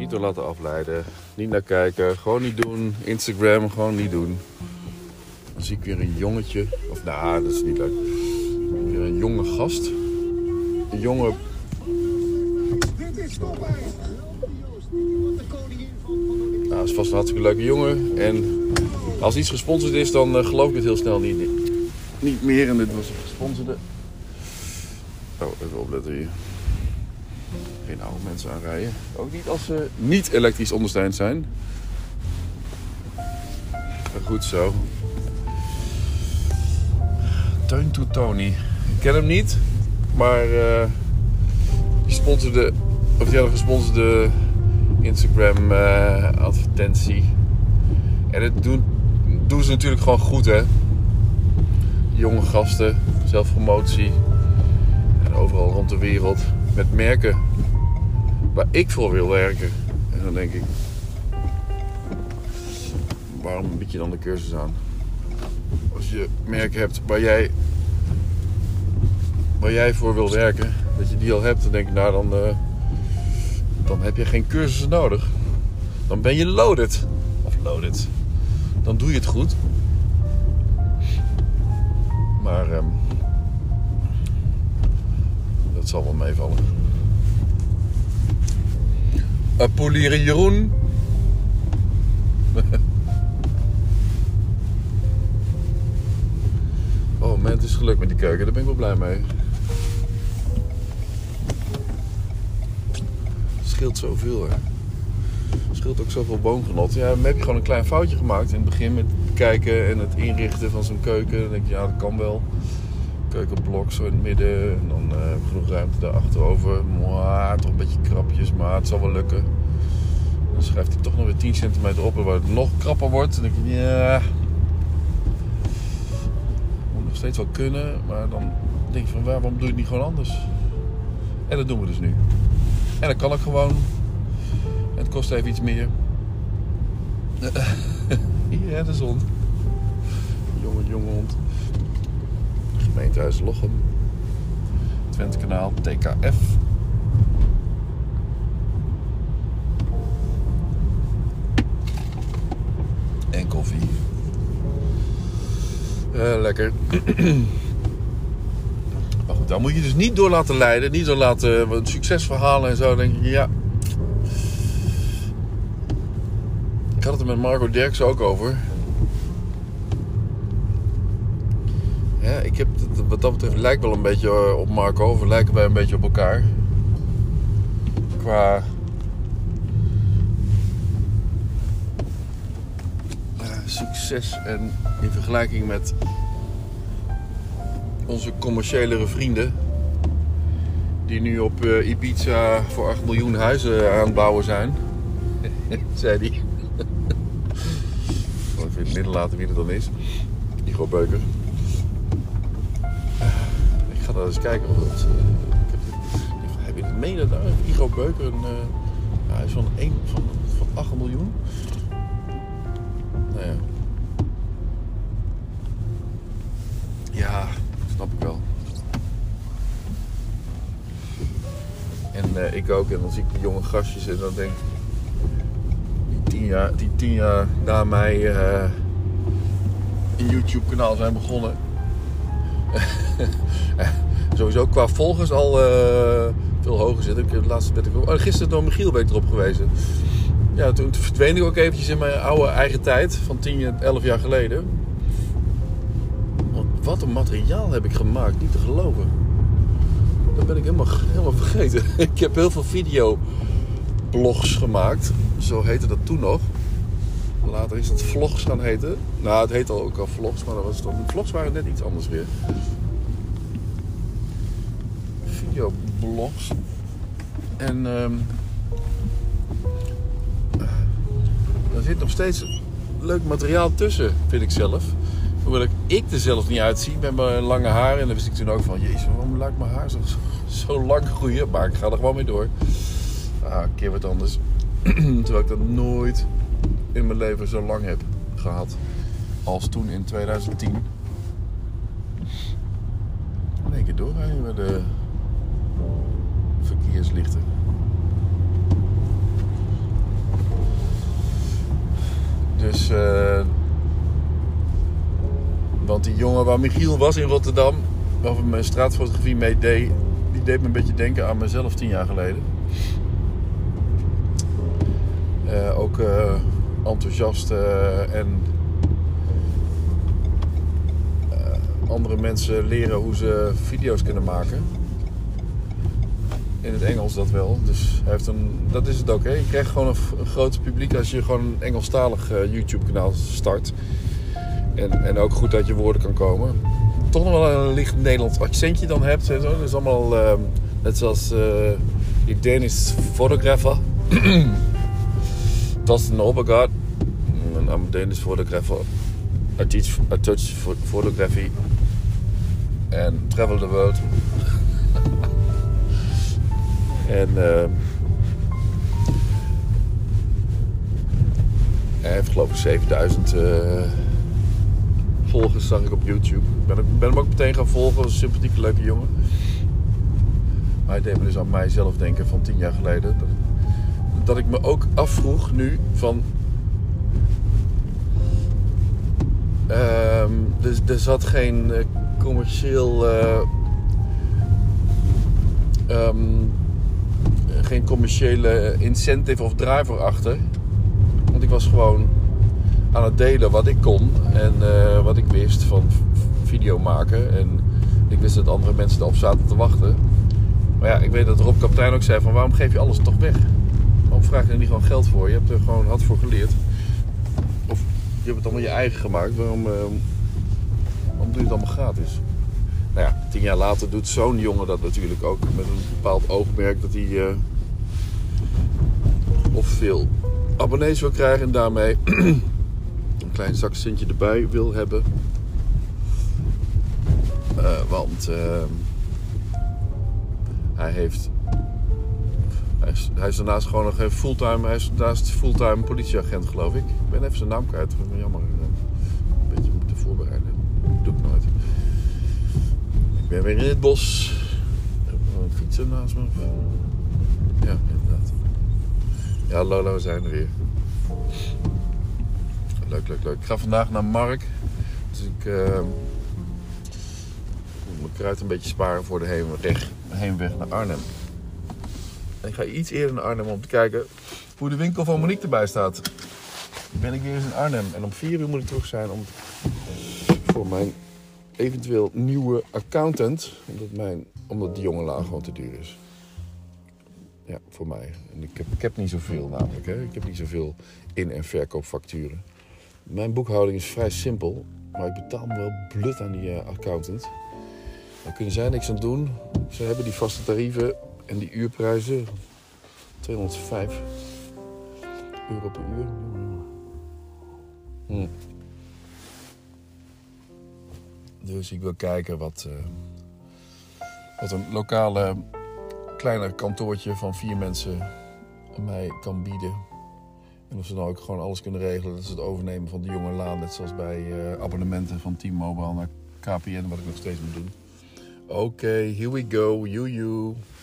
Niet door laten afleiden. Niet naar kijken. Gewoon niet doen. Instagram gewoon niet doen. Dan zie ik weer een jongetje. Of nou, dat is niet leuk. Weer een jonge gast. Een jonge... Nou, dat is vast een hartstikke leuke jongen. En als iets gesponsord is, dan geloof ik het heel snel niet meer. En dit was een gesponsorde. Oh, even opletten hier. Geen oude mensen aanrijden. Ook niet als ze niet elektrisch ondersteund zijn. Goed zo. Teun to Tony. Ik ken hem niet. Maar die sponsorde... Of die hadden gesponsorde Instagram advertentie. En dat doen ze natuurlijk gewoon goed, hè. Jonge gasten. Zelfpromotie. En overal rond de wereld. Met merken waar ik voor wil werken. En dan denk ik, waarom bied je dan de cursus aan? Als je merken hebt waar jij voor wil werken, dat je die al hebt, dan denk ik, nou dan heb je geen cursussen nodig. Dan ben je loaded. Of loaded. Dan doe je het goed. Maar dat zal wel meevallen. Polieren Jeroen. Oh man, het is gelukt met die keuken. Daar ben ik wel blij mee. Het scheelt zoveel, hè. Het scheelt ook zoveel woongenot. Ja, dan heb je gewoon een klein foutje gemaakt in het begin met kijken en het inrichten van zo'n keuken. Dan denk je, ja, dat kan wel. Keukenblok zo in het midden. En dan genoeg ruimte daarachterover. Toch een beetje krapjes, maar het zal wel lukken. Dan schrijft hij toch nog weer 10 centimeter op, waar het nog krapper wordt. Dan denk je, ja... Moet nog steeds wel kunnen, maar dan denk je van, waarom doe je het niet gewoon anders? En dat doen we dus nu. En dat kan ook gewoon. En het kost even iets meer. Hier, de zon. Jonge hond. Gemeentehuis Lochem. Twentekanaal, TKF. En koffie. Lekker. Maar goed, daar moet je dus niet door laten leiden. Niet door laten succesverhalen en zo. Dan denk je, ja. Ik had het er met Marco Derks ook over. Ja, ik heb het, wat dat betreft lijkt wel een beetje op Marco. We lijken wij een beetje op elkaar. Qua... succes en in vergelijking met onze commerciëlere vrienden die nu op Ibiza voor 8 miljoen huizen aan het bouwen zijn, zei hij. Ik zal even in het midden laten wie het dan is. Igor Beuker. Ik ga daar eens kijken of het... heb je het mede daar? Igor Beuker, een huis van 8 miljoen. Nou ja. Ja, snap ik wel. En ik ook. En dan zie ik die jonge gastjes en dan denk ik... Die 10 jaar na mij een YouTube kanaal zijn begonnen. Sowieso qua volgers al veel hoger zitten. Gisteren door Michiel ben ik erop gewezen. Ja, toen verdween ik ook eventjes in mijn oude eigen tijd van 10, 11 jaar geleden. Wat een materiaal heb ik gemaakt, niet te geloven. Dat ben ik helemaal vergeten. Ik heb heel veel videoblogs gemaakt. Zo heette dat toen nog. Later is het vlogs gaan heten. Nou, het heette ook al vlogs, maar de vlogs waren net iets anders weer. Videoblogs. En er zit nog steeds leuk materiaal tussen, vind ik zelf. Hoewel ik er zelf niet uitzie met mijn lange haar. En dan wist ik toen ook van, jezus, waarom laat ik mijn haar zo lang groeien? Maar ik ga er gewoon mee door. Een keer wat anders. Terwijl ik dat nooit in mijn leven zo lang heb gehad. Als toen in 2010. In één keer doorrijden met de verkeerslichten. Dus, want die jongen waar Michiel was in Rotterdam, waar we mijn straatfotografie mee deed, die deed me een beetje denken aan mezelf 10 jaar geleden. Ook enthousiast en andere mensen leren hoe ze video's kunnen maken. In het Engels dat wel. Dus hij heeft dat is het ook. Hè? Je krijgt gewoon een groot publiek als je gewoon een Engelstalig YouTube kanaal start. En ook goed uit je woorden kan komen. Toch nog wel een licht Nederlands accentje dan hebt. En zo. Dat is allemaal net zoals die Danish photographer. Thorsten Obergaard. I'm a Danish photographer. I teach photography and travel the world. En hij heeft geloof ik 7000 volgers, zag ik op YouTube. Ik ben hem ook meteen gaan volgen, was een sympathieke leuke jongen. Maar hij deed me dus aan mijzelf denken van 10 jaar geleden. Dat ik me ook afvroeg nu van... Dus er zat geen commercieel... geen commerciële incentive of driver achter. Want ik was gewoon aan het delen wat ik kon en wat ik wist van video maken. En ik wist dat andere mensen erop zaten te wachten. Maar ja, ik weet dat Rob Kaptein ook zei van waarom geef je alles toch weg? Waarom vraag je er niet gewoon geld voor? Je hebt er gewoon hard voor geleerd. Of je hebt het allemaal je eigen gemaakt. Waarom doe je het allemaal gratis? Nou ja, 10 jaar later doet zo'n jongen dat natuurlijk ook met een bepaald oogmerk dat hij of veel abonnees wil krijgen en daarmee een klein zakcentje erbij wil hebben. Want hij is daarnaast gewoon nog even fulltime. Hij is daarnaast fulltime politieagent, geloof ik. Ik ben even zijn naam kwijt. Jammer. Een beetje moeten voorbereiden. Dat doe ik nooit. Ik ben weer in het bos. Ik heb een fietser naast me. Ja, inderdaad. Ja, Lolo, we zijn er weer. Leuk. Ik ga vandaag naar Mark. Dus ik moet mijn kruid een beetje sparen voor de heenweg naar Arnhem. En ik ga iets eerder naar Arnhem om te kijken hoe de winkel van Monique erbij staat. Ben ik weer eens in Arnhem. En om 4 uur moet ik terug zijn voor mijn eventueel nieuwe accountant. Omdat die jonge laag gewoon te duur is. Ja, voor mij. En ik heb niet zoveel namelijk. Hè. Ik heb niet zoveel in- en verkoopfacturen. Mijn boekhouding is vrij simpel. Maar ik betaal me wel blut aan die accountant. Dan kunnen zij niks aan doen. Ze hebben die vaste tarieven en die uurprijzen. 205 euro per uur. Dus ik wil kijken wat een lokale kleiner kantoortje van 4 mensen mij kan bieden. En of ze dan ook gewoon alles kunnen regelen. Dat is het overnemen van de jonge laan. Net zoals bij abonnementen van T-Mobile naar KPN, wat ik nog steeds moet doen. Oké, here we go. You.